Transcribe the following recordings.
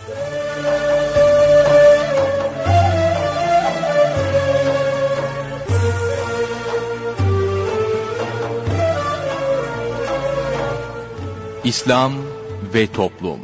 İslam ve Toplum.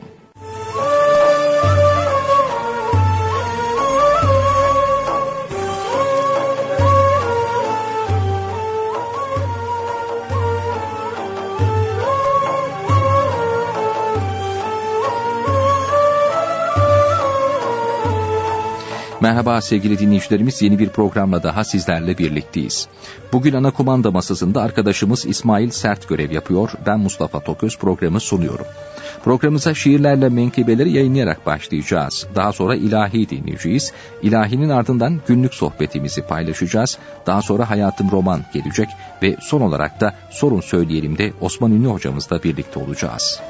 Merhaba sevgili dinleyicilerimiz, yeni bir programla daha sizlerle birlikteyiz. Bugün ana kumanda masasında arkadaşımız İsmail Sert görev yapıyor. Ben Mustafa Toköz programı sunuyorum. Programımıza şiirlerle menkıbeleri yayınlayarak başlayacağız. Daha sonra ilahi dinleyeceğiz. İlahinin ardından günlük sohbetimizi paylaşacağız. Daha sonra Hayatım Roman gelecek ve son olarak da Sorun Söyleyelim de Osman Ünlü hocamızla birlikte olacağız.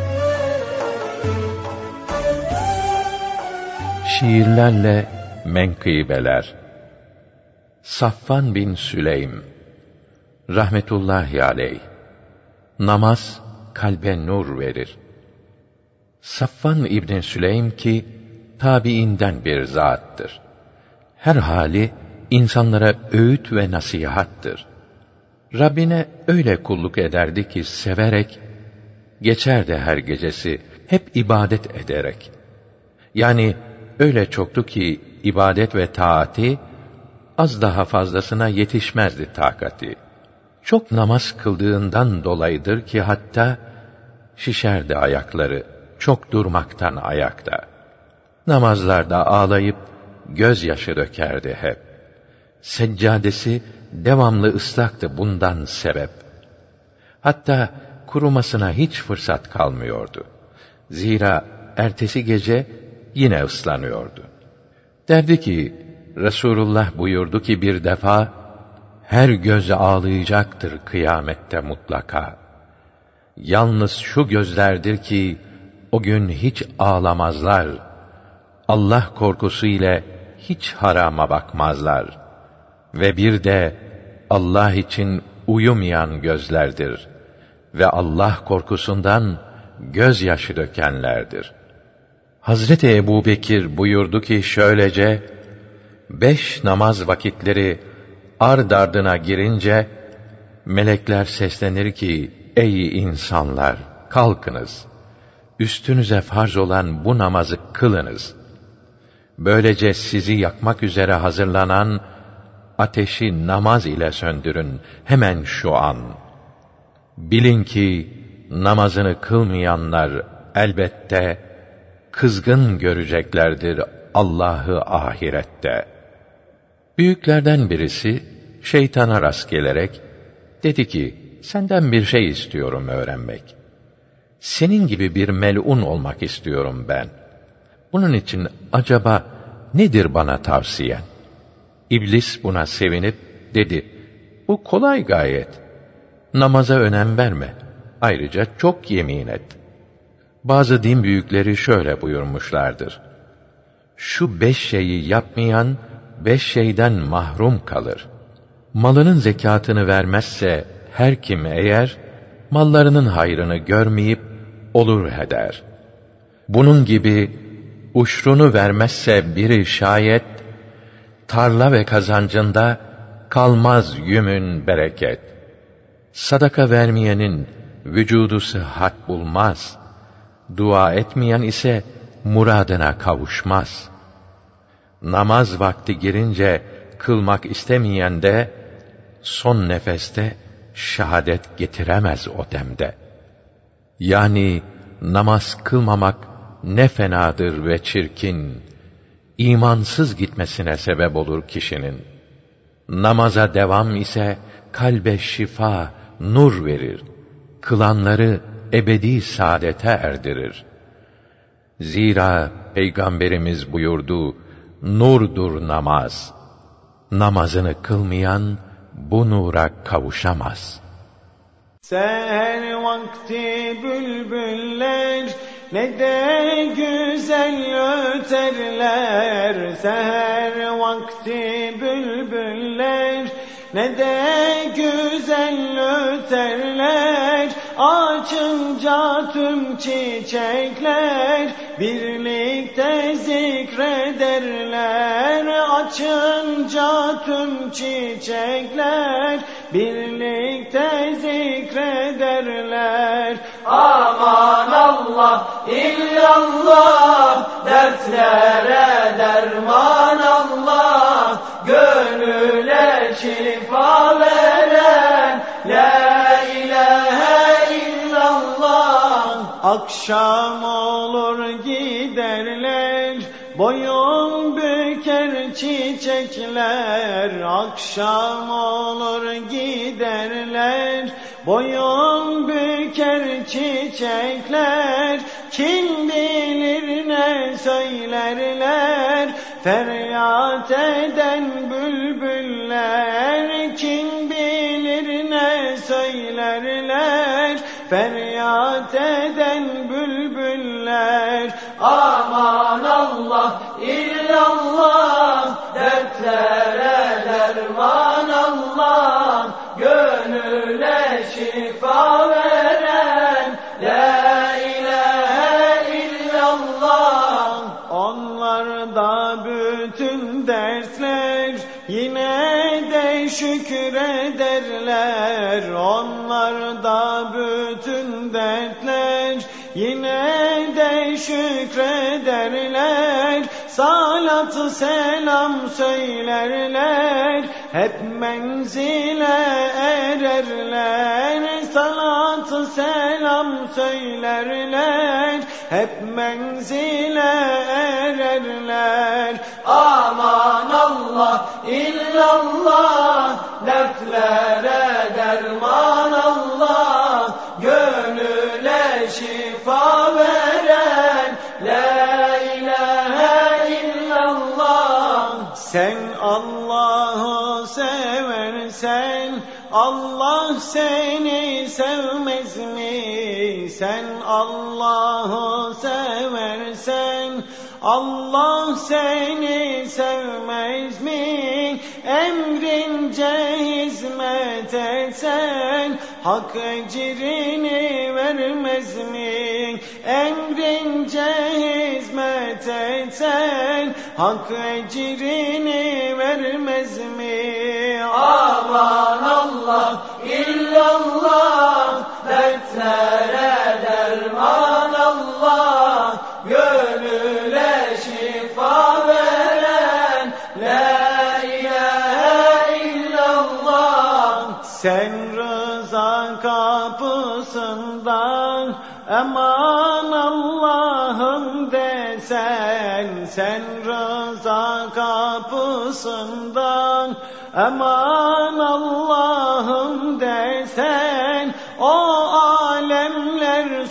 Şiirlerle menkıbeler. Safvan bin Süleym rahmetullahi aleyh. Namaz kalbe nur verir. Safvan İbn Süleym ki tabiinden bir zattır. Her hali insanlara öğüt ve nasihattır. Rabbine öyle kulluk ederdi ki severek, geçerdi her gecesi hep ibadet ederek. Yani öyle çoktu ki ibadet ve taati az daha fazlasına yetişmezdi takati. Çok namaz kıldığından dolayıdır ki hatta şişerdi ayakları çok durmaktan ayakta. Namazlarda ağlayıp gözyaşı dökerdi hep. Seccadesi devamlı ıslaktı bundan sebep. Hatta kurumasına hiç fırsat kalmıyordu. Zira ertesi gece yine ıslanıyordu. Derdi ki, Resulullah buyurdu ki bir defa, her göz ağlayacaktır kıyamette mutlaka. Yalnız şu gözlerdir ki, o gün hiç ağlamazlar. Allah korkusu ile hiç harama bakmazlar. Ve bir de Allah için uyumayan gözlerdir. Ve Allah korkusundan gözyaşı dökenlerdir. Hazreti Ebubekir buyurdu ki şöylece, 5 namaz vakitleri ard ardına girince, melekler seslenir ki, ey insanlar, kalkınız, üstünüze farz olan bu namazı kılınız. Böylece sizi yakmak üzere hazırlanan ateşi namaz ile söndürün hemen şu an. Bilin ki namazını kılmayanlar elbette kızgın göreceklerdir Allah'ı ahirette. Büyüklerden birisi şeytana rast gelerek dedi ki, senden bir şey istiyorum öğrenmek. Senin gibi bir melun olmak istiyorum ben. Bunun için acaba nedir bana tavsiyen? İblis buna sevinip dedi, bu kolay gayet. Namaza önem verme. Ayrıca çok yemin et. Bazı din büyükleri şöyle buyurmuşlardır. Şu 5 şeyi yapmayan 5 şeyden mahrum kalır. Malının zekatını vermezse her kim eğer, mallarının hayrını görmeyip olur heder. Bunun gibi uşrunu vermezse biri şayet, tarla ve kazancında kalmaz yümün bereket. Sadaka vermeyenin vücudu sıhhat bulmaz. Dua etmeyen ise muradına kavuşmaz. Namaz vakti girince kılmak istemeyen de son nefeste şehadet getiremez o demde. Yani namaz kılmamak ne fenadır ve çirkin, imansız gitmesine sebep olur kişinin. Namaza devam ise kalbe şifa, nur verir. Kılanları ebedi saadete erdirir. Zira Peygamberimiz buyurdu, nurdur namaz. Namazını kılmayan bu nura kavuşamaz. Seher vakti bülbüller ne de güzel öterler. Seher vakti bülbüller ne de güzel öterler. Açınca tüm çiçekler birlikte zikrederler. Açınca tüm çiçekler birlikte zikrederler. Aman Allah, illallah, dertlere derman Allah, gönüle şifa veren la ilahe illallah. Akşam olur giderler, boyun büker çiçekler. Akşam olur giderler, boyun büker çiçekler. Kim bilir ne söylerler, feryat eden bülbüller. Kim bilir ne söylerler, feryat eden bülbüller. Aman Allah, illallah, dertlere derman Allah, gönüle şifa veren la ilahe illallah. Onlarda bütün dersler yine de şükrederler. Onlarda bütün dertler yine de şükrederler. Salat-ı selam söylerler, hep menzile ererler. Salat-ı selam söylerler, hep menzile ererler. Aman Allah, illallah, dertlere derman Allah, gönüle şifa veren la ilahe illallah. Sen Allah'ı seversen Allah seni sevmez mi? Sen Allah'ı seversen Allah seni sevmez mi? Emrince hizmet etsen hak ecrini vermez mi? Emrince hizmet etsen hak ecrini vermez mi? Aman Allah, illallah, dertlere derman Allah, gönüle şifa veren la ilahe illallah. Sen rıza kapısından aman Allah'ım desen, sen rıza kapısından aman Allah'ım desen, o alemler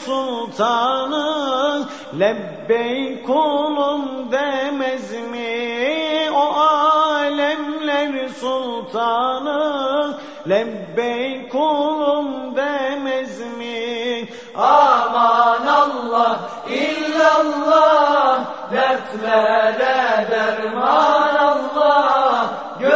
sultanı lebbeyk kulum demez mi? O alemler sultanı lebbeyk kulum demez mi? Aman Allah, illallah, dertlere derman Allah,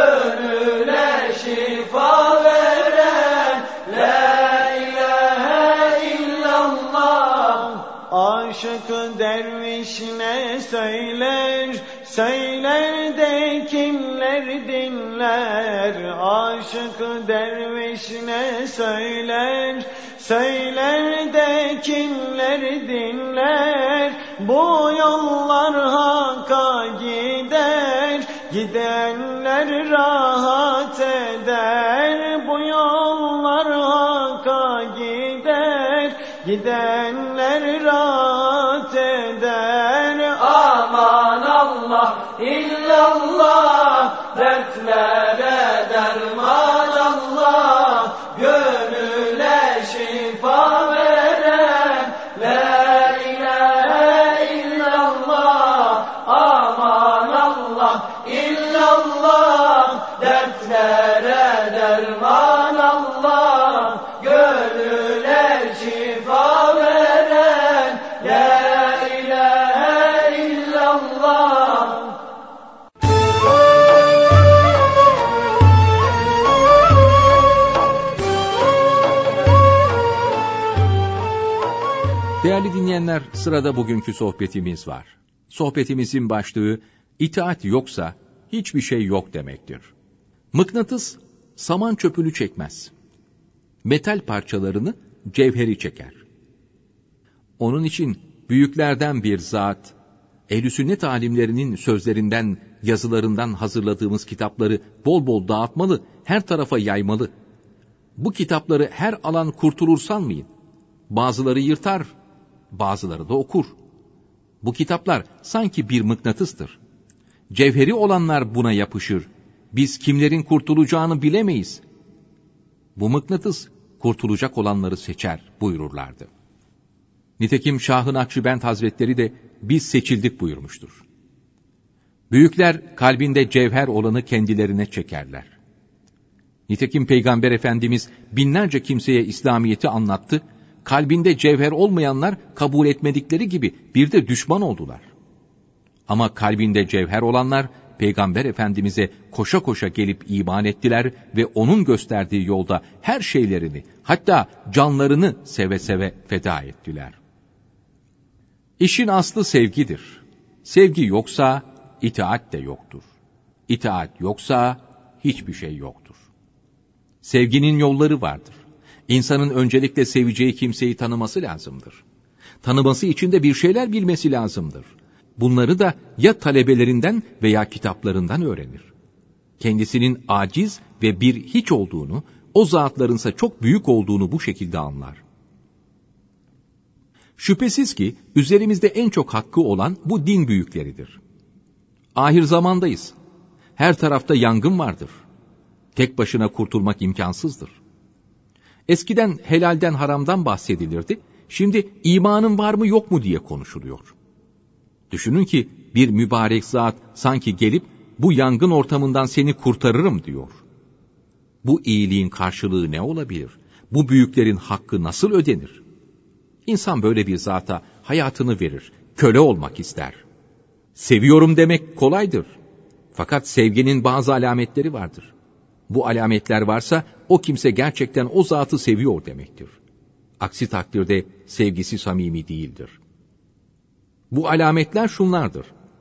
gönüle şifa veren la ilahe illallah. Aşık derviş ne söyler, söyler de kimler dinler? Aşık derviş ne söyler, söyler de kimler dinler? Bu yollar Hakk'a gider, gidenler rahat eder. Bu yollar Hakk'a gider, gidenler rahat eder. Aman Allah, illallah, dertlere derman Allah, gönüle şifa veren la ilahe illallah. Aman Allah, illallah, dertlere derman Allah, gönüle şifa veren la ilahe illallah. Değerli dinleyenler, sırada bugünkü sohbetimiz var. Sohbetimizin başlığı, itaat yoksa hiçbir şey yok demektir. Mıknatıs, saman çöpünü çekmez. Metal parçalarını cevheri çeker. Onun için büyüklerden bir zat, ehl-i sünnet alimlerinin sözlerinden, yazılarından hazırladığımız kitapları bol bol dağıtmalı, her tarafa yaymalı. Bu kitapları her alan kurtulur sanmayın. Bazıları yırtar, bazıları da okur. Bu kitaplar sanki bir mıknatıstır. Cevheri olanlar buna yapışır. Biz kimlerin kurtulacağını bilemeyiz. Bu mıknatıs kurtulacak olanları seçer buyururlardı. Nitekim Şah-ı Nakşibend Hazretleri de biz seçildik buyurmuştur. Büyükler kalbinde cevher olanı kendilerine çekerler. Nitekim Peygamber Efendimiz binlerce kimseye İslamiyet'i anlattı. Kalbinde cevher olmayanlar kabul etmedikleri gibi bir de düşman oldular. Ama kalbinde cevher olanlar Peygamber Efendimiz'e koşa koşa gelip iman ettiler ve onun gösterdiği yolda her şeylerini, hatta canlarını seve seve feda ettiler. İşin aslı sevgidir. Sevgi yoksa itaat de yoktur. İtaat yoksa hiçbir şey yoktur. Sevginin yolları vardır. İnsanın öncelikle seveceği kimseyi tanıması lazımdır. Tanıması için de bir şeyler bilmesi lazımdır. Bunları da ya talebelerinden veya kitaplarından öğrenir. Kendisinin aciz ve bir hiç olduğunu, o zatlarınsa çok büyük olduğunu bu şekilde anlar. Şüphesiz ki üzerimizde en çok hakkı olan bu din büyükleridir. Ahir zamandayız. Her tarafta yangın vardır. Tek başına kurtulmak imkansızdır. Eskiden helalden haramdan bahsedilirdi. Şimdi imanın var mı yok mu diye konuşuluyor. Düşünün ki bir mübarek zat sanki gelip bu yangın ortamından seni kurtarırım diyor. Bu iyiliğin karşılığı ne olabilir? Bu büyüklerin hakkı nasıl ödenir? İnsan böyle bir zata hayatını verir, köle olmak ister. Seviyorum demek kolaydır. Fakat sevginin bazı alametleri vardır. Bu alametler varsa o kimse gerçekten o zatı seviyor demektir. Aksi takdirde sevgisi samimi değildir. Bu alametler şunlardır.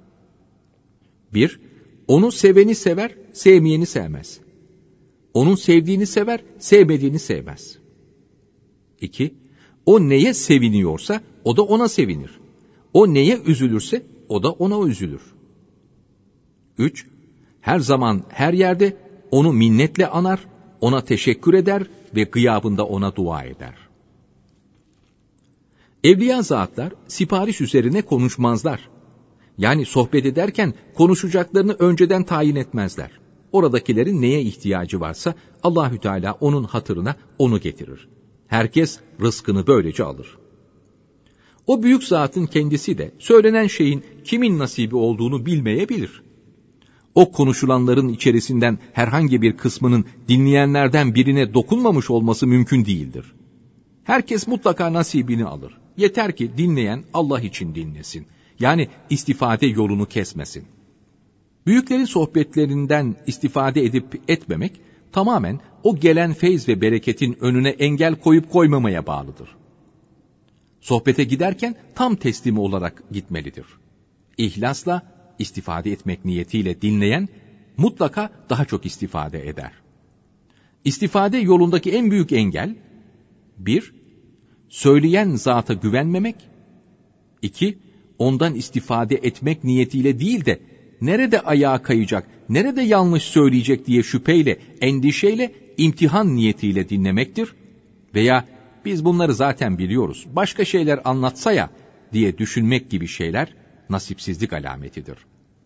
1. Onu seveni sever, sevmeyeni sevmez. Onun sevdiğini sever, sevmediğini sevmez. 2. O neye seviniyorsa o da ona sevinir. O neye üzülürse o da ona üzülür. 3. Her zaman her yerde onu minnetle anar, ona teşekkür eder ve gıyabında ona dua eder. Evliya zatlar sipariş üzerine konuşmazlar. Yani sohbet ederken konuşacaklarını önceden tayin etmezler. Oradakilerin neye ihtiyacı varsa Allahü Teala onun hatırına onu getirir. Herkes rızkını böylece alır. O büyük zatın kendisi de söylenen şeyin kimin nasibi olduğunu bilmeyebilir. O konuşulanların içerisinden herhangi bir kısmının dinleyenlerden birine dokunmamış olması mümkün değildir. Herkes mutlaka nasibini alır. Yeter ki dinleyen Allah için dinlesin. Yani istifade yolunu kesmesin. Büyüklerin sohbetlerinden istifade edip etmemek tamamen o gelen feyz ve bereketin önüne engel koyup koymamaya bağlıdır. Sohbete giderken tam teslimi olarak gitmelidir. İhlasla istifade etmek niyetiyle dinleyen mutlaka daha çok istifade eder. İstifade yolundaki en büyük engel 1. Söyleyen zata güvenmemek. 2. Ondan istifade etmek niyetiyle değil de nerede ayağa kayacak, nerede yanlış söyleyecek diye şüpheyle, endişeyle, imtihan niyetiyle dinlemektir. Veya biz bunları zaten biliyoruz, başka şeyler anlatsa ya diye düşünmek gibi şeyler nasipsizlik alametidir.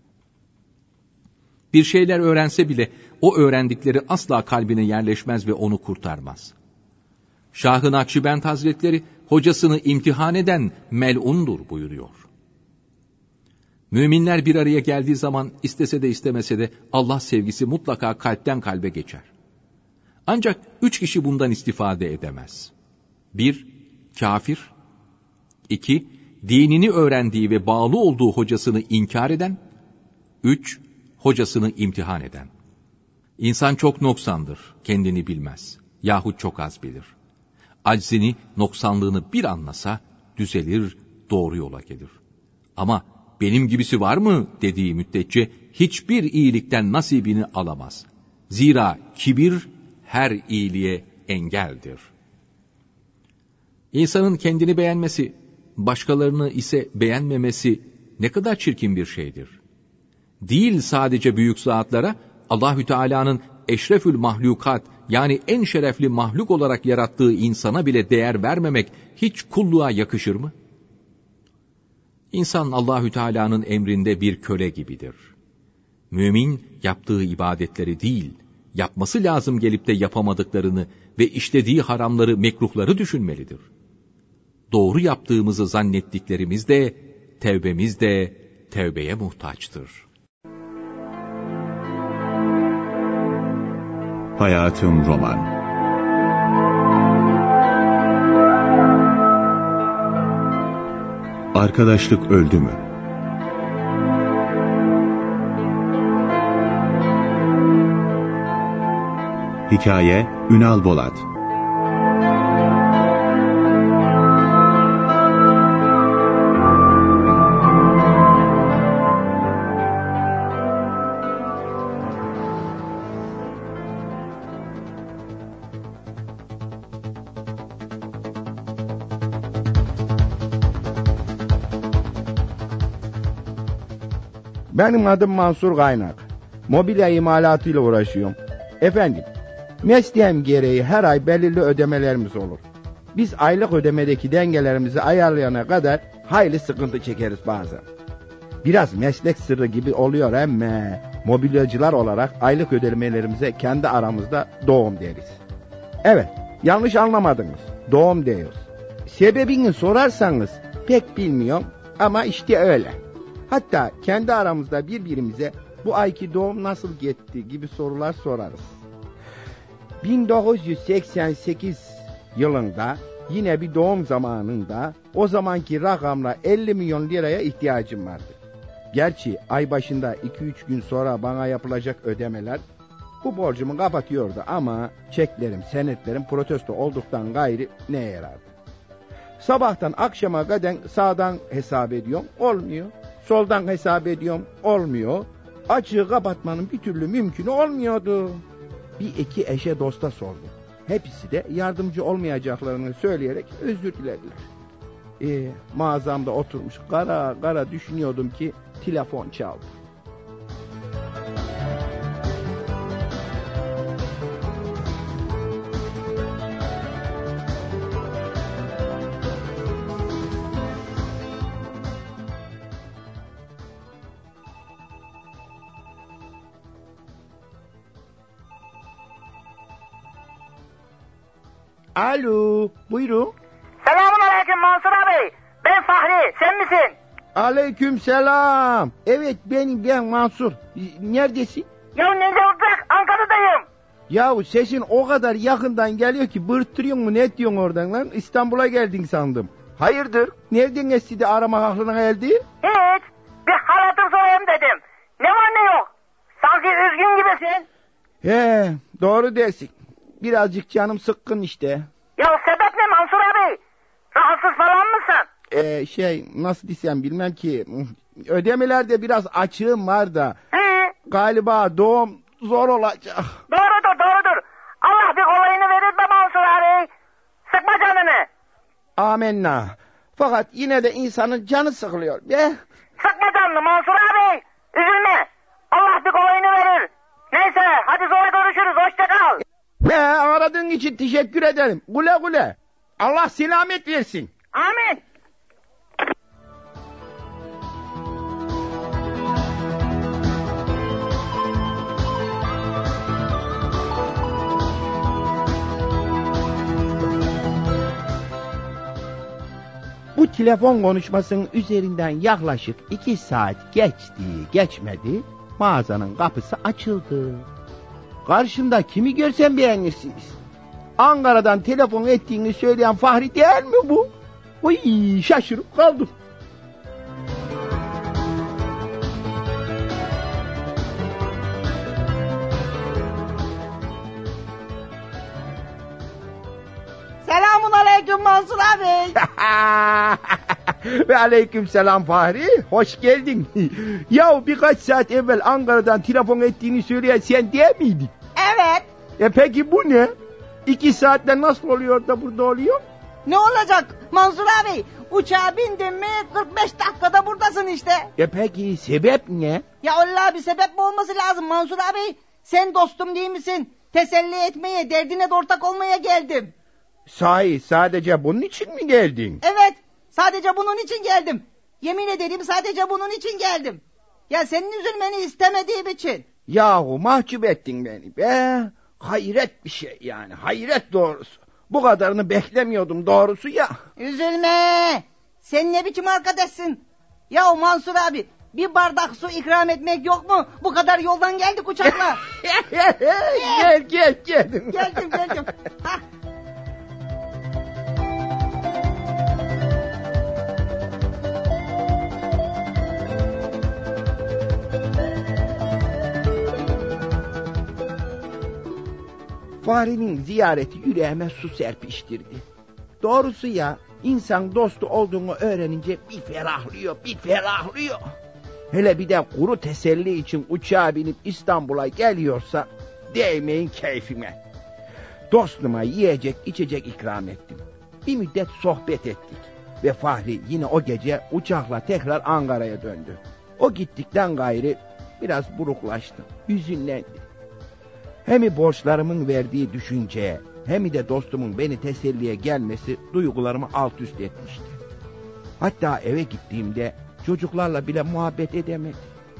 Bir şeyler öğrense bile o öğrendikleri asla kalbine yerleşmez ve onu kurtarmaz. Şah-ı Nakşibend Hazretleri hocasını imtihan eden mel'undur buyuruyor. Müminler bir araya geldiği zaman istese de istemese de Allah sevgisi mutlaka kalpten kalbe geçer. Ancak 3 kişi bundan istifade edemez. 1. Kafir. 2. Dinini öğrendiği ve bağlı olduğu hocasını inkar eden. 3. Hocasını imtihan eden. İnsan çok noksandır, kendini bilmez. Yahut çok az bilir. Aczini, noksanlığını bir anlasa, düzelir, doğru yola gelir. Ama benim gibisi var mı dediği müddetçe hiçbir iyilikten nasibini alamaz. Zira kibir her iyiliğe engeldir. İnsanın kendini beğenmesi, başkalarını ise beğenmemesi ne kadar çirkin bir şeydir. Değil sadece büyük zatlara, Allahü Teala'nın eşrefül mahlukat, yani en şerefli mahluk olarak yarattığı insana bile değer vermemek hiç kulluğa yakışır mı? İnsan Allahü Teala'nın emrinde bir köle gibidir. Mümin yaptığı ibadetleri değil, yapması lazım gelip de yapamadıklarını ve işlediği haramları, mekruhları düşünmelidir. Doğru yaptığımızı zannettiklerimiz de, tevbemiz de tevbeye muhtaçtır. Hayatım Roman. Arkadaşlık öldü mü? Hikaye Ünal Bolat. Benim adım Mansur Kaynak. Mobilya imalatıyla uğraşıyorum. Efendim, mesleğim gereği her ay belirli ödemelerimiz olur. Biz aylık ödemedeki dengelerimizi ayarlayana kadar hayli sıkıntı çekeriz bazen. Biraz meslek sırrı gibi oluyor ama mobilyacılar olarak aylık ödemelerimize kendi aramızda doğum deriz. Evet, yanlış anlamadınız. Doğum diyoruz. Sebebini sorarsanız pek bilmiyorum ama işte öyle. Hatta kendi aramızda birbirimize bu ayki doğum nasıl gitti gibi sorular sorarız. 1988 yılında yine bir doğum zamanında o zamanki rakamla 50 milyon liraya ihtiyacım vardı. Gerçi ay başında 2-3 gün sonra bana yapılacak ödemeler bu borcumu kapatıyordu ama çeklerim, senetlerim protesto olduktan gayri neye yarardı? Sabahtan akşama kadar sağdan hesap ediyorum, olmuyor. Soldan hesap ediyorum, olmuyor. Açığı kapatmanın bir türlü mümkünü olmuyordu. Bir iki eşe dosta sordum. Hepsi de yardımcı olmayacaklarını söyleyerek özür dilediler. Mağazamda oturmuş kara kara düşünüyordum ki telefon çaldı. Alo, buyurun. Selamünaleyküm Mansur abi. Ben Fahri, sen misin? Aleykümselam. Evet ben Mansur. Neredesin? Ya nerede olacak? Ankara'dayım. Yahu sesin o kadar yakından geliyor ki bırttırıyor mu ne diyorsun oradan lan? İstanbul'a geldin sandım. Hayırdır? Nereden esti de aramak aklına geldi? Hiç. Bir hal hatır sorayım dedim. Ne var ne yok? Sanki üzgün gibisin. He, doğru dersin. Birazcık canım sıkkın işte. Ya sebep ne Mansur abi? Rahatsız falan mısın? Nasıl desem bilmem ki. Ödemelerde biraz açığım var da. He. Galiba doğum zor olacak. Doğrudur. Allah bir kolayını verir be Mansur abi. Sıkma canını. Amenna. Fakat yine de insanın canı sıkılıyor be. Sıkma canını Mansur abi. Üzülme. Allah bir kolayını verir. Neyse hadi sonra görüşürüz. Hoşça kal. Aradığın için teşekkür ederim. Güle güle. Allah selamet versin. Amin. Bu telefon konuşmasının üzerinden yaklaşık 2 saat geçmedi. Mağazanın kapısı açıldı. Karşımda kimi görsem beğenirsiniz. Ankara'dan telefon ettiğini söyleyen Fahri değil mi bu? Oy, şaşırıp kaldım. Selamun aleyküm geldin Mansur abi. Ve aleykümselam Fahri, hoş geldin. Ya birkaç saat evvel Ankara'dan telefon ettiğini söyleyen sen değil miydin? Evet. Peki bu ne? 2 saatte nasıl oluyor da burada oluyor? Ne olacak Mansur abi? Uçağa bindin mi 45 dakikada buradasın işte. Peki sebep ne? Ya Allah, bir sebep mi olması lazım Mansur abi? Sen dostum değil misin? Teselli etmeye, derdine de ortak olmaya geldim. Sahi sadece bunun için mi geldin? Evet, sadece bunun için geldim. Yemin ederim sadece bunun için geldim. Ya senin üzülmeni istemediğim için. Yahu mahcup ettin beni be. Hayret bir şey yani, hayret doğrusu. Bu kadarını beklemiyordum doğrusu ya. Üzülme. Sen ne biçim arkadaşsın? Ya Mansur abi, bir bardak su ikram etmek yok mu? Bu kadar yoldan geldik uçakla. Gel. Geldim. Hah. Fahri'nin ziyareti yüreğime su serpiştirdi. Doğrusu ya, insan dostu olduğunu öğrenince bir ferahlıyor. Hele bir de kuru teselli için uçağa binip İstanbul'a geliyorsa değmeyin keyfime. Dostuma yiyecek içecek ikram ettim. Bir müddet sohbet ettik. Ve Fahri yine o gece uçakla tekrar Ankara'ya döndü. O gittikten gayrı biraz buruklaştı, hüzünlendi. Hem borçlarımın verdiği düşünceye hem de dostumun beni teselliye gelmesi duygularımı alt üst etmişti. Hatta eve gittiğimde çocuklarla bile muhabbet edemedim.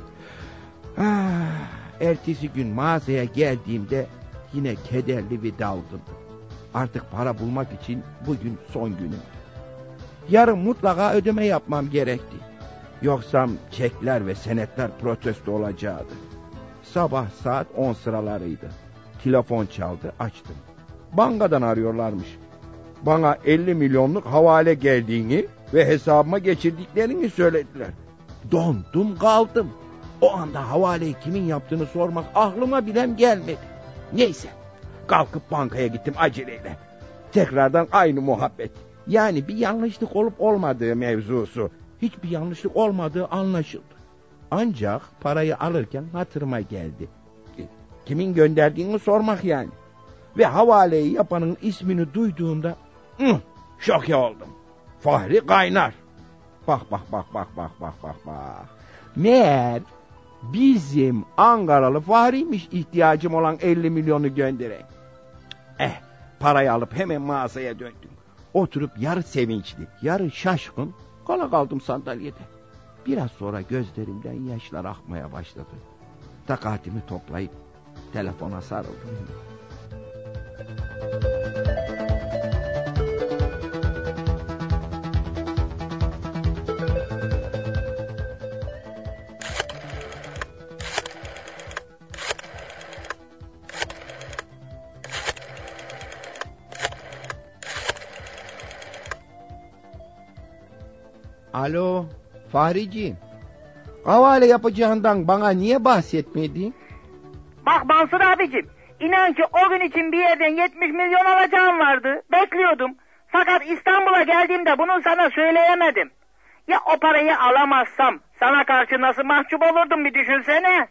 Ertesi gün mağazaya geldiğimde yine kederli ve dalgındım. Artık para bulmak için bugün son günüm. Yarın mutlaka ödeme yapmam gerekti. Yoksa çekler ve senetler protesto olacaktı. Sabah saat 10 sıralarıydı. Telefon çaldı, açtım. Bankadan arıyorlarmış. Bana 50 milyonluk havale geldiğini ve hesabıma geçirdiklerini söylediler. Dondum kaldım. O anda havaleyi kimin yaptığını sormak aklıma bile gelmedi. Neyse, kalkıp bankaya gittim aceleyle. Tekrardan aynı muhabbet. Yani bir yanlışlık olup olmadığı mevzusu. Hiçbir yanlışlık olmadığı anlaşıldı. Ancak parayı alırken hatırıma geldi. Kimin gönderdiğini sormak yani. Ve havaleyi yapanın ismini duyduğumda şoke oldum. Fahri Kaynar. Bak. Meğer bizim Ankaralı Fahri'ymiş ihtiyacım olan 50 milyonu gönderen. Parayı alıp hemen mağazaya döndüm. Oturup yarı sevinçli, yarı şaşkın kala kaldım sandalyede. Biraz sonra gözlerimden yaşlar akmaya başladı. Takatimi toplayıp telefona sarıldım. Alo, Fahriciğim. Havale yapacağından bana niye bahsetmedin? Bak Mansur abicim, inan ki o gün için bir yerden 70 milyon alacağım vardı. Bekliyordum. Fakat İstanbul'a geldiğimde bunu sana söyleyemedim. Ya o parayı alamazsam sana karşı nasıl mahcup olurdum bir düşünsene.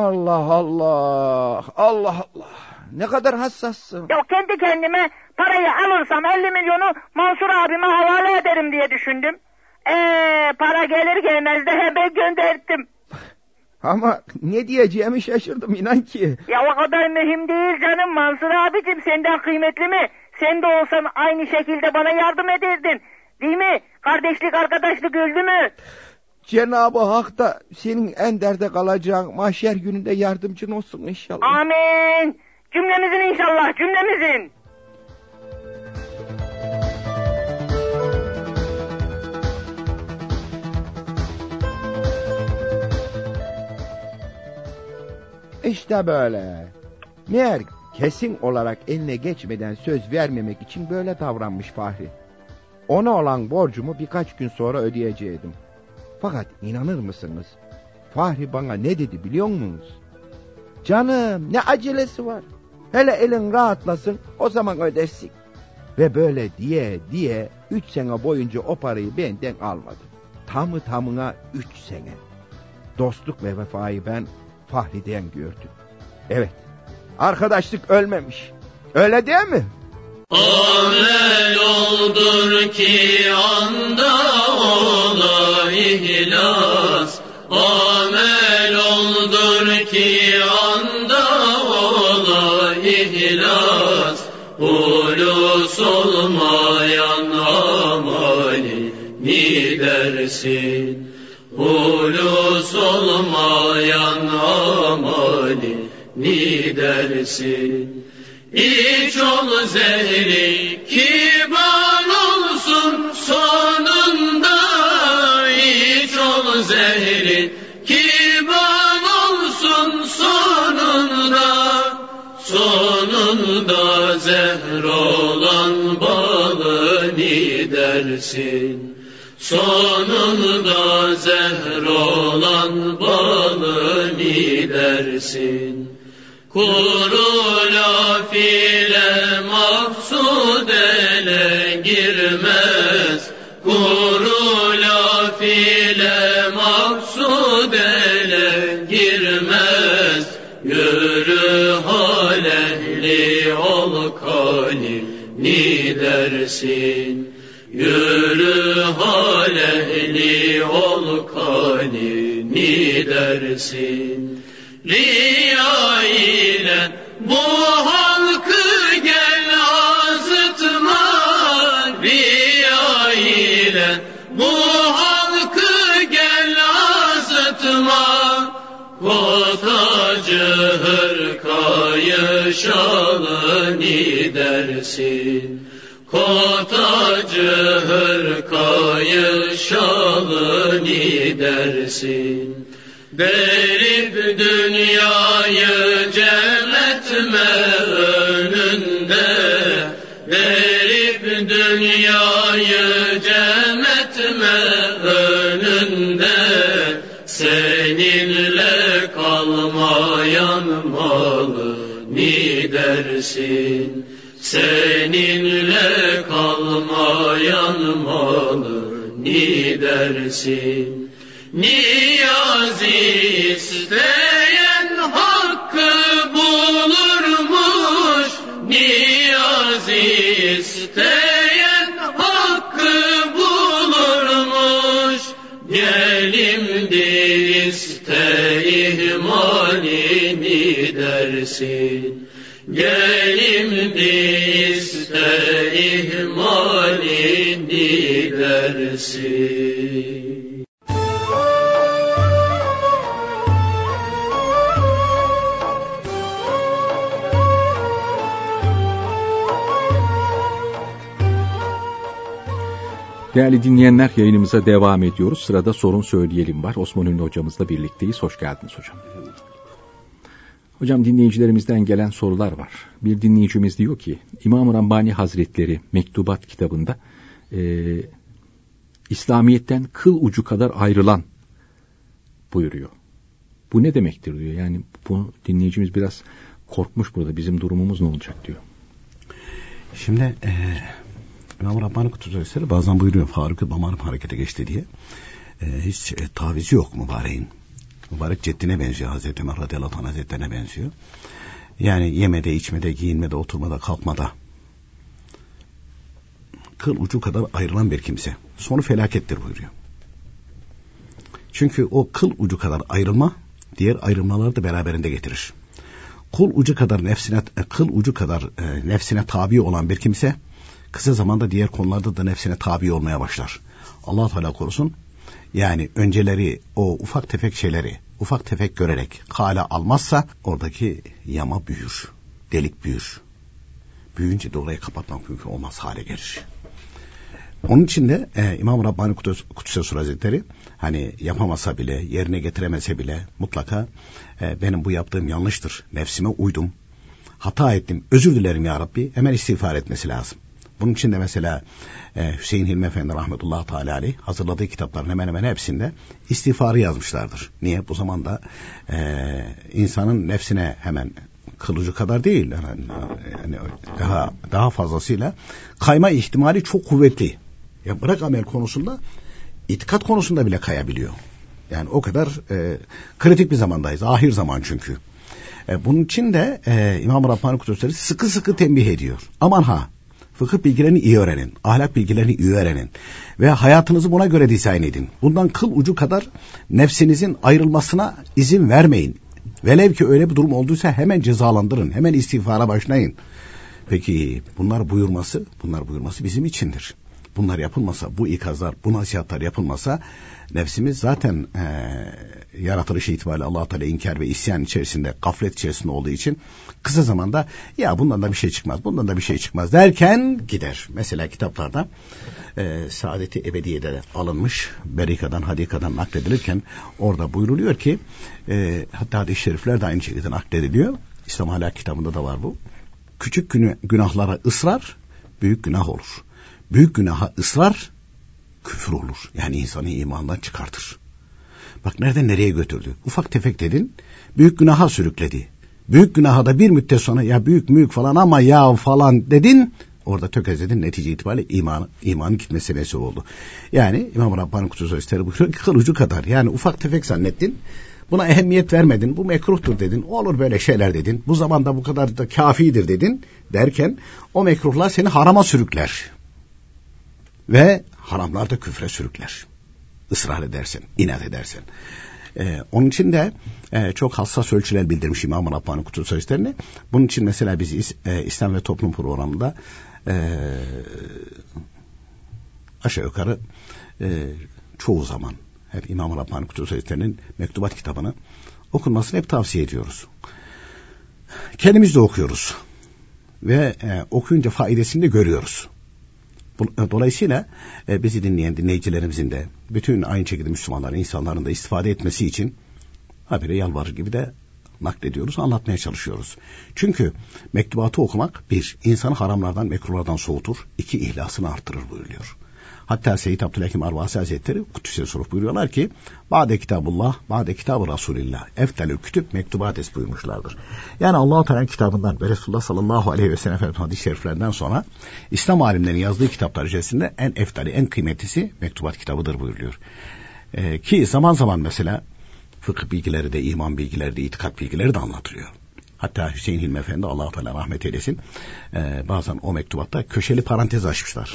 Allah. Ne kadar hassassın. Ya kendi kendime parayı alırsam 50 milyonu Mansur abime havale ederim diye düşündüm. Para gelir gelmez de hemen gönderdim. Ama ne diyeceğimi şaşırdım inan ki. Ya o kadar mühim değil canım Mansur abicim, senden kıymetli mi? Sen de olsan aynı şekilde bana yardım ederdin. Değil mi? Kardeşlik arkadaşlık öldü mü? Cenab-ı Hak da senin en derde kalacağın mahşer gününde yardımcın olsun inşallah. Amin. Cümlemizin inşallah, cümlemizin. İşte böyle. Meğer kesin olarak eline geçmeden söz vermemek için böyle davranmış Fahri. Ona olan borcumu birkaç gün sonra ödeyecektim. Fakat inanır mısınız? Fahri bana ne dedi biliyor musunuz? Canım ne acelesi var? Hele elin rahatlasın o zaman ödersin. Ve böyle diye 3 sene boyunca o parayı benden almadı. Tamı tamına 3 sene. Dostluk ve vefayı ben Fahri'den gördüm. Evet, arkadaşlık ölmemiş. Öyle değil mi? Amel oldur ki anda ola ihlas. Amel oldur ki anda ola ihlas. Ulus olmayan amali ni dersin. Ulus olmayan amali ni dersin. İç ol zehri kibar olsun sonunda. İç ol zehri kibar olsun sonunda. Sonunda zehr olan balı ni dersin. Sonunda zehr olan balı ni dersin. Kuru laf ile maksud ele girmez. Kuru laf ile maksud ele girmez. Yürü hal ehli ol kalini dersin. Yürü hal ehli ol kalini dersin. Riya ile bu halkı gel azıtma. Riya ile bu halkı gel azıtma. Kotacı hırkayı şalını dersin. Kotacı hırkayı şalını dersin. Derip dünyayı cem etme önünde. Derip dünyayı cem etme önünde. Seninle kalmayan malı ni dersin. Seninle kalmayan malı ni dersin. Niyazi isteyen hakkı bulurmuş. Niyazi isteyen hakkı bulurmuş. Gelimdir iste ihmalini dersin. Gelimdir iste ihmalini dersin. Değerli dinleyenler, yayınımıza devam ediyoruz. Sırada sorun söyleyelim var. Osman Ünlü hocamızla birlikteyiz. Hoş geldiniz hocam. Hocam, dinleyicilerimizden gelen sorular var. Bir dinleyicimiz diyor ki, İmam-ı Rabbani Hazretleri Mektubat kitabında İslamiyet'ten kıl ucu kadar ayrılan buyuruyor. Bu ne demektir diyor. Yani bu dinleyicimiz biraz korkmuş burada. Bizim durumumuz ne olacak diyor. Şimdi İmam-ı Rabbani Kutlusu bazen buyuruyor Faruk-ı Damarım harekete geçti diye. Hiç tavizi yok mübareğin. Mübarek ceddine benziyor. Hazreti Ömer radıyallahu anh hazretlerine benziyor. Yani yemede, içmede, giyinmede, oturmada, kalkmada kıl ucu kadar ayrılan bir kimse. Sonu felakettir buyuruyor. Çünkü o kıl ucu kadar ayrılma diğer ayrılmaları da beraberinde getirir. Kıl ucu kadar nefsine tabi olan bir kimse kısa zamanda diğer konularda da nefsine tabi olmaya başlar. Allah Teala korusun. Yani önceleri o ufak tefek şeyleri ufak tefek görerek kale almazsa oradaki yama büyür, delik büyür. Büyüyünce de orayı kapatmak mümkün olmaz hale gelir. Onun için de İmam-ı Rabbani Kutlusu Hazretleri hani yapamasa bile, yerine getiremese bile mutlaka benim bu yaptığım yanlıştır, nefsime uydum, hata ettim, özür dilerim ya Rabbi, hemen istiğfar etmesi lazım. Bunun için de mesela Hüseyin Hilmi Efendi rahmetullahi teala aleyh hazırladığı kitapların hemen hemen hepsinde istiğfarı yazmışlardır. Niye? Bu zamanda insanın nefsine hemen kılıcı kadar değil. Yani daha fazlasıyla kayma ihtimali çok kuvvetli. Ya bırak amel konusunda, itikat konusunda bile kayabiliyor. Yani o kadar kritik bir zamandayız. Ahir zaman çünkü. Bunun için de İmam-ı Rabbani Kudüs'leri sıkı sıkı tembih ediyor. Aman ha, fıkıh bilgilerini iyi öğrenin, ahlak bilgilerini iyi öğrenin ve hayatınızı buna göre dizayn edin. Bundan kıl ucu kadar nefsinizin ayrılmasına izin vermeyin. Velev ki öyle bir durum olduysa hemen cezalandırın, hemen istiğfara başlayın. Peki bunlar buyurması bizim içindir. Bunlar yapılmasa, bu ikazlar, bu nasihatler yapılmasa nefsimiz zaten yaratılışı itibariyle Allah-u Teala inkar ve isyan içerisinde, gaflet içerisinde olduğu için kısa zamanda ya bundan da bir şey çıkmaz, bundan da bir şey çıkmaz derken gider. Mesela kitaplarda Saadet-i Ebediye'de alınmış, Berika'dan, Hadika'dan nakledilirken orada buyruluyor ki hatta hadis-i şerifler de aynı şekilde naklediliyor. İslam Ahlak kitabında da var bu. Küçük günahlara ısrar büyük günah olur. Büyük günaha ısrar küfür olur. Yani insanı imandan çıkartır. Bak nereden nereye götürdü. Ufak tefek dedin, büyük günaha sürükledi. Büyük günaha da bir müddet sonra ya büyük falan ama ya falan dedin, orada tökezledin, netice itibariyle imanın gitmesi meselesi oldu. Yani İmam-ı Rabbani Kudüs'ü bu kıl ucu kadar. Yani ufak tefek zannettin, buna ehemmiyet vermedin, bu mekruhtur dedin, olur böyle şeyler dedin, bu zamanda bu kadar da kafidir dedin derken o mekruhlar seni harama sürükler. Ve haramlar da küfre sürükler. Israr edersen, inat edersen. Onun için de çok hassas ölçüler bildirmiş İmam-ı Rabbani Kutup Sözlerini. Bunun için mesela biz İslam ve Toplum programında aşağı yukarı çoğu zaman hep İmam-ı Rabbani Kutup Sözleri'nin mektubat kitabını okunmasını hep tavsiye ediyoruz. Kendimiz de okuyoruz. Ve okuyunca faydasını da görüyoruz. Dolayısıyla bizi dinleyen dinleyicilerimizin de bütün aynı şekilde Müslümanların, insanların da istifade etmesi için habire yalvarır gibi de naklediyoruz, anlatmaya çalışıyoruz. Çünkü mektubatı okumak bir, insanı haramlardan, mekruhlardan soğutur. İki, ihlasını artırır buyuruyor. Hatta Seyyid Abdülhakim Arvasi Hazretleri Kuddüs'e sorup buyuruyorlar ki Ba'de kitabullah, ba'de kitab-ı Resulillah eftelül kütüb mektubates buyurmuşlardır. Yani Allah-u Teala'nın kitabından ve Resulullah sallallahu aleyhi ve sellem Efendimiz hadis-i şeriflerinden sonra İslam alimlerinin yazdığı kitaplar içerisinde en eftali, en kıymetlisi mektubat kitabıdır buyuruyor. Ki zaman zaman mesela fıkıh bilgileri de, iman bilgileri de, itikat bilgileri de anlatılıyor. Hatta Hüseyin Hilmi Efendi Allah-u Teala rahmet eylesin bazen o mektubatta köşeli parantez açmışlar.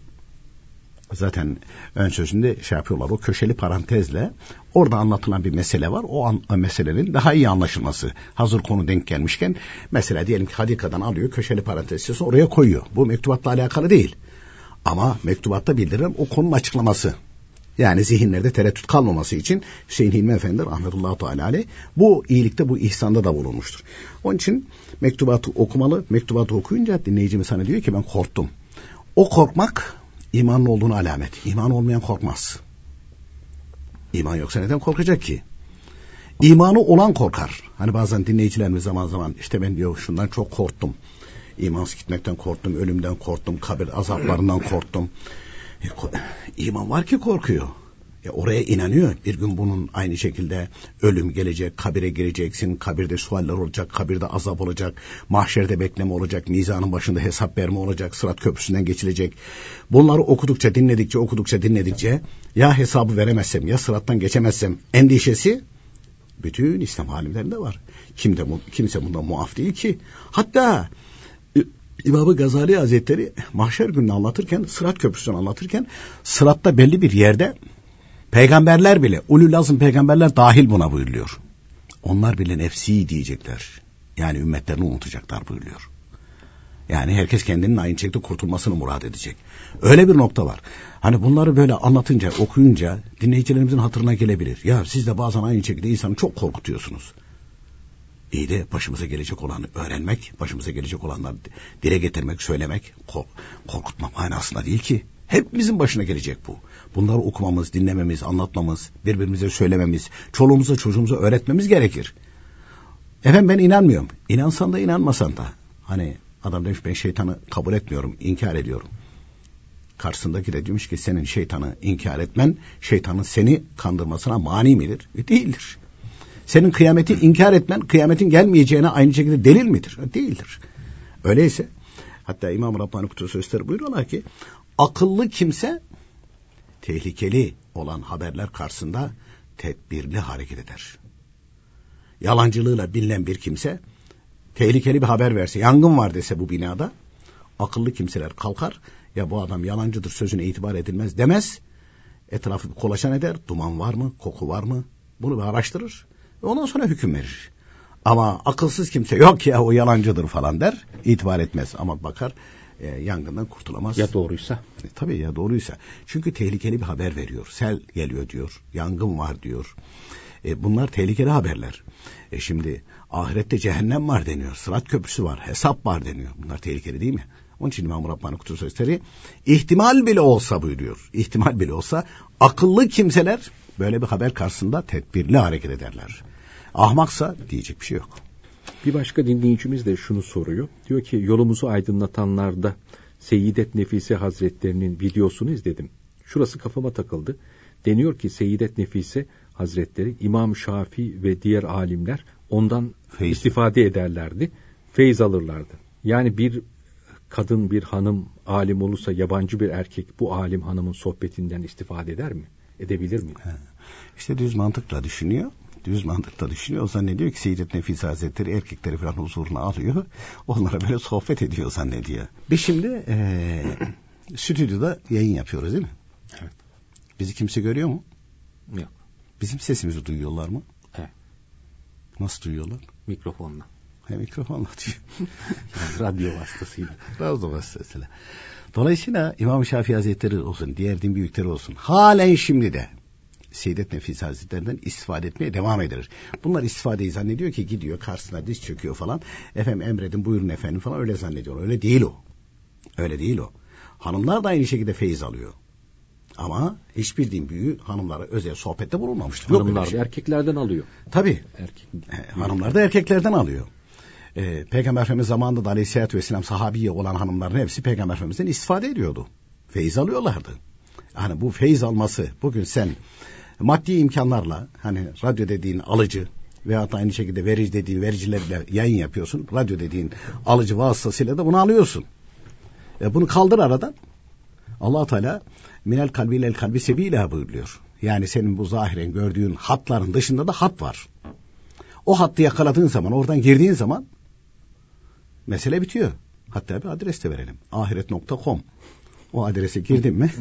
Zaten ön sözünde şey yapıyorlar, o köşeli parantezle orada anlatılan bir mesele var, o meselenin daha iyi anlaşılması. Hazır konu denk gelmişken mesela diyelim ki Hadika'dan alıyor, köşeli parantez oraya koyuyor. Bu mektubatla alakalı değil. Ama mektubatta bildirilen o konunun açıklaması. Yani zihinlerde tereddüt kalmaması için Hüseyin Hilmi Efendi rahmetullahi teala aleyh bu iyilikte, bu ihsanda da bulunmuştur. Onun için mektubatı okumalı. Mektubatı okuyunca dinleyicimiz sana diyor ki ben korktum. O korkmak İmanın olduğunu alamet. İman olmayan korkmaz. İman yoksa neden korkacak ki? İmanı olan korkar. Hani bazen dinleyicilerimiz zaman zaman işte ben diyor şundan çok korktum. İmansız gitmekten korktum, ölümden korktum, kabir azaplarından korktum. İman var ki korkuyor. Oraya inanıyor. Bir gün bunun aynı şekilde ölüm gelecek, kabire gireceksin, kabirde sualler olacak, kabirde azap olacak, mahşerde bekleme olacak, mizanın başında hesap verme olacak, Sırat Köprüsü'nden geçilecek. Bunları okudukça, dinledikçe ya hesabı veremezsem, ya sırattan geçemezsem endişesi bütün İslam alimlerinde var. Kimse bundan muaf değil ki. Hatta İmam-ı Gazali Hazretleri mahşer gününü anlatırken, Sırat Köprüsü'nü anlatırken, sıratta belli bir yerde peygamberler bile, ulul azm peygamberler dahil buna buyuruyor. Onlar bile nefsi diyecekler. Yani ümmetlerini unutacaklar buyuruyor. Yani herkes kendinin aynı şekilde kurtulmasını murad edecek. Öyle bir nokta var. Hani bunları böyle anlatınca, okuyunca dinleyicilerimizin hatırına gelebilir. Ya siz de bazen aynı şekilde insanı çok korkutuyorsunuz. İyi de başımıza gelecek olanı öğrenmek, başımıza gelecek olanları dile getirmek, söylemek, korkutma manasında değil ki. Hepimizin başına gelecek bu. Bunları okumamız, dinlememiz, anlatmamız, birbirimize söylememiz, çoluğumuza çocuğumuza öğretmemiz gerekir. Efendim ben inanmıyorum. İnansan da inanmasan da. Hani adam demiş ben şeytanı kabul etmiyorum, inkar ediyorum. Karşısındaki de demiş ki senin şeytanı inkar etmen, şeytanın seni kandırmasına mani midir? Değildir. Senin kıyameti inkar etmen, kıyametin gelmeyeceğine aynı şekilde delil midir? Değildir. Öyleyse, hatta İmam Rabbani Kudüs Sözleri buyuruyorlar ki, akıllı kimse tehlikeli olan haberler karşısında tedbirli hareket eder. Yalancılığıyla bilinen bir kimse tehlikeli bir haber verse, yangın var dese bu binada, akıllı kimseler kalkar, ya bu adam yalancıdır, sözüne itibar edilmez demez, etrafı kolaçan eder, duman var mı, koku var mı, bunu bir araştırır ve ondan sonra hüküm verir. Ama akılsız kimse yok ya o yalancıdır falan der, itibar etmez ama bakar yangından kurtulamaz. Ya doğruysa? Tabii ya doğruysa. Çünkü tehlikeli bir haber veriyor. Sel geliyor diyor, yangın var diyor. Bunlar tehlikeli haberler. Şimdi ahirette cehennem var deniyor, Sırat Köprüsü var, hesap var deniyor. Bunlar tehlikeli değil mi? Onun için İmam Rabbani Kudüs Sözleri ihtimal bile olsa buyuruyor. İhtimal bile olsa akıllı kimseler böyle bir haber karşısında tedbirli hareket ederler. Ahmaksa diyecek bir şey yok. Bir başka dinleyicimiz de şunu soruyor. Diyor ki yolumuzu aydınlatanlarda Seyyidet Nefise Hazretlerinin videosunu izledim. Şurası kafama takıldı. Deniyor ki Seyyidet Nefise Hazretleri, İmam Şafii ve diğer alimler ondan istifade ederlerdi. Feyz alırlardı. Yani bir kadın, bir hanım alim olursa yabancı bir erkek bu alim hanımın sohbetinden istifade eder mi? Edebilir mi? İşte düz mantıkla düşünüyor. O zannediyor ki Seyyidet Nefise Hazretleri erkekleri falan huzuruna alıyor. Onlara böyle sohbet ediyor zannediyor. Biz şimdi stüdyoda yayın yapıyoruz değil mi? Evet. Bizi kimse görüyor mu? Yok. Bizim sesimizi duyuyorlar mı? Evet. Nasıl duyuyorlar? Mikrofonla. Mikrofonla diyor. Radyo vasıtasıyla. Radyo vasıtasıyla. Dolayısıyla İmam Şafii Hazretleri olsun, diğer din büyükleri olsun, halen şimdi de Seyyidet Nefise Hazretlerinden istifade etmeye devam eder. Bunlar istifadeyi zannediyor ki gidiyor karşısına diz çöküyor falan. Efendim emredin buyurun efendim falan, öyle zannediyor. Öyle değil o. Hanımlar da aynı şekilde feyiz alıyor. Ama hiçbir din büyüğü hanımlara özel sohbette bulunmamıştır. Hanımlar erkeklerden alıyor. Tabii. Hanımlar da erkeklerden alıyor. Peygamber Efendimiz zamanında da Aleyhisselatü Vesselam sahabiye olan hanımların hepsi Peygamber Efendimiz'den istifade ediyordu. Feyiz alıyorlardı. Hani bu feyiz alması, bugün sen maddi imkanlarla, hani radyo dediğin alıcı veyahut aynı şekilde verici dediğin vericilerle yayın yapıyorsun. Radyo dediğin alıcı vasıtasıyla da bunu alıyorsun. Bunu kaldır aradan. Allah Teala minel kalbi ilel kalbi sebiyle buyuruyor. Yani senin bu zahiren gördüğün hatların dışında da hat var. O hattı yakaladığın zaman, oradan girdiğin zaman mesele bitiyor. Hatta bir adres de verelim. ahiret.com. O adrese girdin mi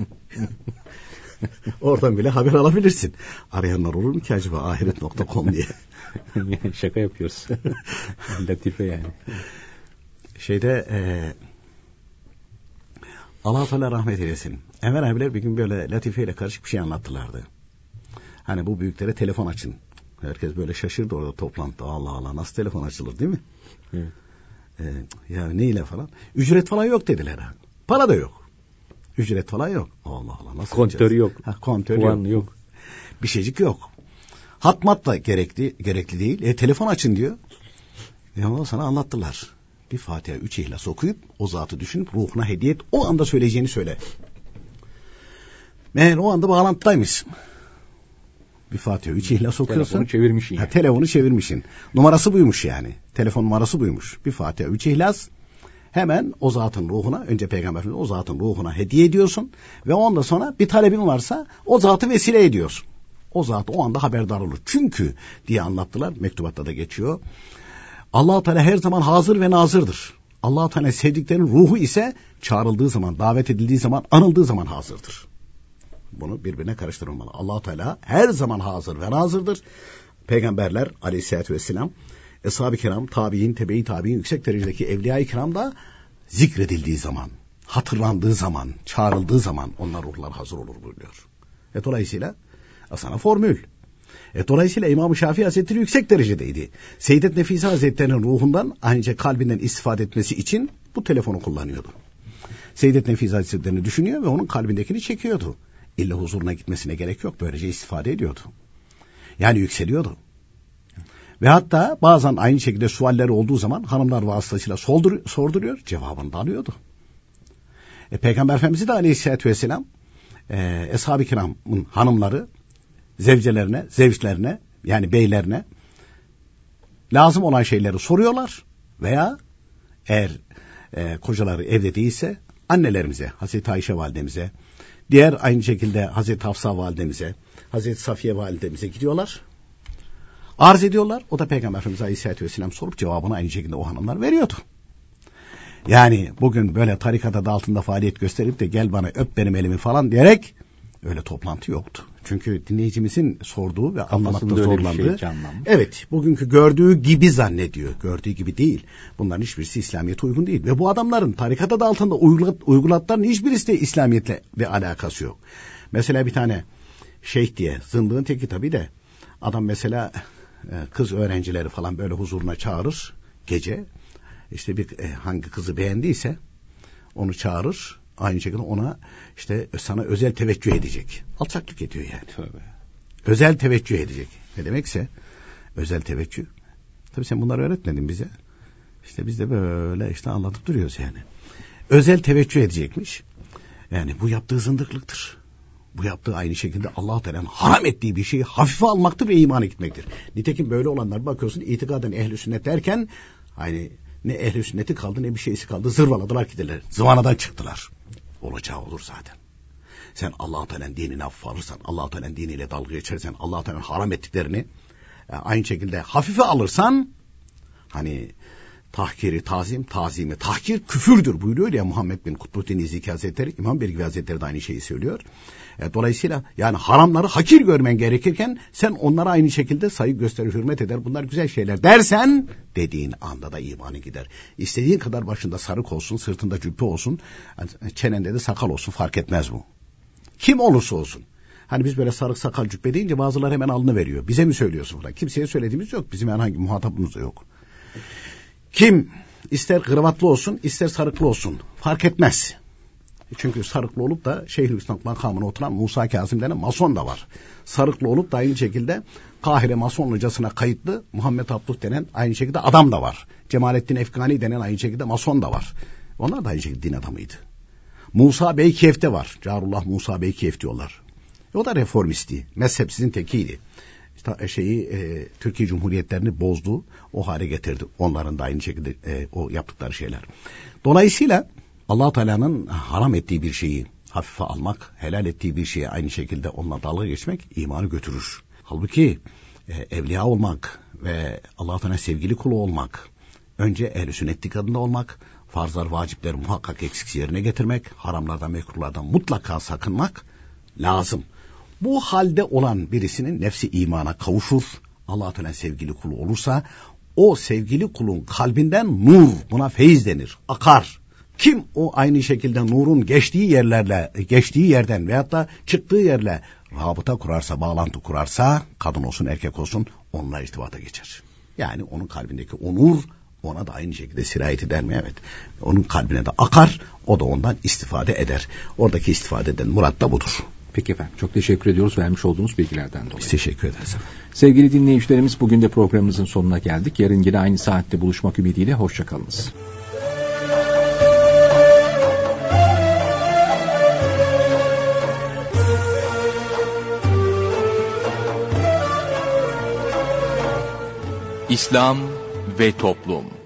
oradan bile haber alabilirsin. Arayanlar olur mu ki acaba ahiret.com diye? Şaka yapıyoruz. Latife yani. Allah Teala rahmet eylesin. Enver abiler bir gün böyle latifeyle karışık bir şey anlattılardı. Hani bu büyüklere telefon açın. Herkes böyle şaşırdı orada toplantıda. Allah Allah, nasıl telefon açılır değil mi? Evet. Ya neyle falan? Ücret falan yok dediler. Para da yok. Ücret falan yok. Allah Allah, nasıl? Kontör yok. Kontör yok. Bir şeycik yok. Hatmat da gerekli değil. Telefon açın diyor. Ya sana anlattılar. Bir Fatiha 3 İhlas okuyup o zatı düşünüp ruhuna hediye et. O anda söyleyeceğini söyle. Meğer o anda bağlantıdaymış. Bir Fatiha 3 İhlas okuyorsun. Telefonu çevirmişsin. Yani. Telefonu çevirmişsin. Numarası buymuş yani. Telefon numarası buymuş. Bir Fatiha 3 İhlas. Hemen o zatın ruhuna, önce Peygamber o zatın ruhuna hediye ediyorsun. Ve ondan sonra bir talebin varsa o zatı vesile ediyorsun. O zat o anda haberdar olur. Çünkü diye anlattılar. Mektubatta da geçiyor. Allah-u Teala her zaman hazır ve nazırdır. Allah-u Teala sevdiklerinin ruhu ise çağrıldığı zaman, davet edildiği zaman, anıldığı zaman hazırdır. Bunu birbirine karıştırmamalı. Allah-u Teala her zaman hazır ve nazırdır. Peygamberler aleyhissalatü vesselam, Eshab-ı kiram, tabi'in, tebe-i tabi'in, yüksek derecedeki evliya-i kiram da zikredildiği zaman, hatırlandığı zaman, çağrıldığı zaman onlar ruhlar hazır olur buyuruyor. Dolayısıyla sana formül. Dolayısıyla İmam-ı Şafii Hazretleri yüksek derecedeydi. Seyyidet Nefise Hazretleri'nin ruhundan, ayrıca kalbinden istifade etmesi için bu telefonu kullanıyordu. Seyyidet Nefise Hazretleri'ni düşünüyor ve onun kalbindekini çekiyordu. İlla huzuruna gitmesine gerek yok. Böylece istifade ediyordu. Yani yükseliyordu. Ve hatta bazen aynı şekilde sualleri olduğu zaman hanımlar vasıtasıyla sorduruyor, cevabını da alıyordu. Peygamber Efendimiz de aleyhissalatü vesselam Eshab-ı kiramın hanımları zevçlerine yani beylerine lazım olan şeyleri soruyorlar veya eğer kocaları evde değilse annelerimize, Hazreti Ayşe validemize, diğer aynı şekilde Hazreti Hafsa validemize, Hazreti Safiye validemize gidiyorlar. Arz ediyorlar. O da Peygamber Efendimiz Aleyhisselatü Vesselam sorup cevabını aynı şekilde o hanımlar veriyordu. Yani bugün böyle tarikat adı altında faaliyet gösterip de gel bana öp benim elimi falan diyerek öyle toplantı yoktu. Çünkü dinleyicimizin sorduğu ve anlamakta zorlandığı, evet, bugünkü gördüğü gibi zannediyor. Gördüğü gibi değil. Bunların hiçbirisi İslamiyet'e uygun değil. Ve bu adamların tarikat adı altında uyguladıklarının hiçbirisi de İslamiyet'le bir alakası yok. Mesela bir tane şeyh diye, zındığın teki tabii de, adam mesela kız öğrencileri falan böyle huzuruna çağırır gece. İşte hangi kızı beğendiyse onu çağırır. Aynı şekilde ona işte sana özel teveccüh edecek. Alçaklık ediyor yani. Tövbe. Özel teveccüh edecek. Ne demekse özel teveccüh. Tabii sen bunları öğretmedin bize. İşte biz de böyle işte anlatıp duruyoruz yani. Özel teveccüh edecekmiş. Yani bu yaptığı zındıklıktır. Bu yaptığı aynı şekilde Allah-u Teala'nın haram ettiği bir şeyi hafife almaktır ve imana gitmektir. Nitekim böyle olanlar bakıyorsun itikaden ehl-i sünnet derken hani ne ehl-i sünneti kaldı ne bir şeysi kaldı, zırvaladılar giderler. Zıvanadan çıktılar. Olacağı olur zaten. Sen Allah-u Teala'nın dinini hafife alırsan, Allah-u Teala'nın diniyle dalga geçersen, Allah-u Teala'nın haram ettiklerini aynı şekilde hafife alırsan, hani tahkiri tazim, tazimi tahkir küfürdür buyuruyor ya Muhammed bin Kutbuddin İziki Hazretleri, İmam Belgivi Hazretleri de aynı şeyi söylüyor. Dolayısıyla yani haramları hakir görmen gerekirken sen onlara aynı şekilde saygı gösterir, hürmet eder, bunlar güzel şeyler dersen dediğin anda da imanı gider. İstediğin kadar başında sarık olsun, sırtında cübbe olsun, çenende de sakal olsun, fark etmez bu. Kim olursa olsun. Hani biz böyle sarık sakal cübbe deyince bazıları hemen alnı veriyor. Bize mi söylüyorsun falan? Kimseye söylediğimiz yok. Bizim herhangi muhatabımız da yok. Kim ister kravatlı olsun, ister sarıklı olsun, fark etmez. Çünkü sarıklı olup da Şeyhülislam makamına oturan Musa Kazım denen mason da var. Sarıklı olup da aynı şekilde Kahire Mason Hocasına kayıtlı Muhammed Abduh denen aynı şekilde adam da var. Cemalettin Efgani denen aynı şekilde mason da var. Onlar da aynı şekilde din adamıydı. Musa Beykiyev'de var. Carullah Musa Beykiyev diyorlar. O da reformisti. Mezhepsizin tekiydi. İşte Türkiye Cumhuriyetlerini bozdu. O hale getirdi. Onların da aynı şekilde o yaptıkları şeyler. Dolayısıyla Allah Teala'nın haram ettiği bir şeyi hafife almak, helal ettiği bir şeye aynı şekilde onunla dalga geçmek imanı götürür. Halbuki evliya olmak ve Allah Teala sevgili kulu olmak, önce ehl-i sünnet dikadında olmak, farzlar, vacipleri muhakkak eksik yerine getirmek, haramlardan, mekruhlardan mutlaka sakınmak lazım. Bu halde olan birisinin nefsi imana kavuşur. Allah Teala sevgili kulu olursa o sevgili kulun kalbinden nur, buna feyiz denir, akar. Kim o aynı şekilde nurun geçtiği yerden veyahut da çıktığı yerle rabıta kurarsa, bağlantı kurarsa, kadın olsun erkek olsun onunla irtibata geçer. Yani onun kalbindeki o nur ona da aynı şekilde sirayet eder mi? Evet. Onun kalbine de akar, o da ondan istifade eder. Oradaki istifade eden murat da budur. Peki efendim. Çok teşekkür ediyoruz vermiş olduğunuz bilgilerden dolayı. Biz teşekkür ederiz. Sevgili dinleyicilerimiz, bugün de programımızın sonuna geldik. Yarın yine aynı saatte buluşmak ümidiyle hoşçakalınız. İslam ve Toplum.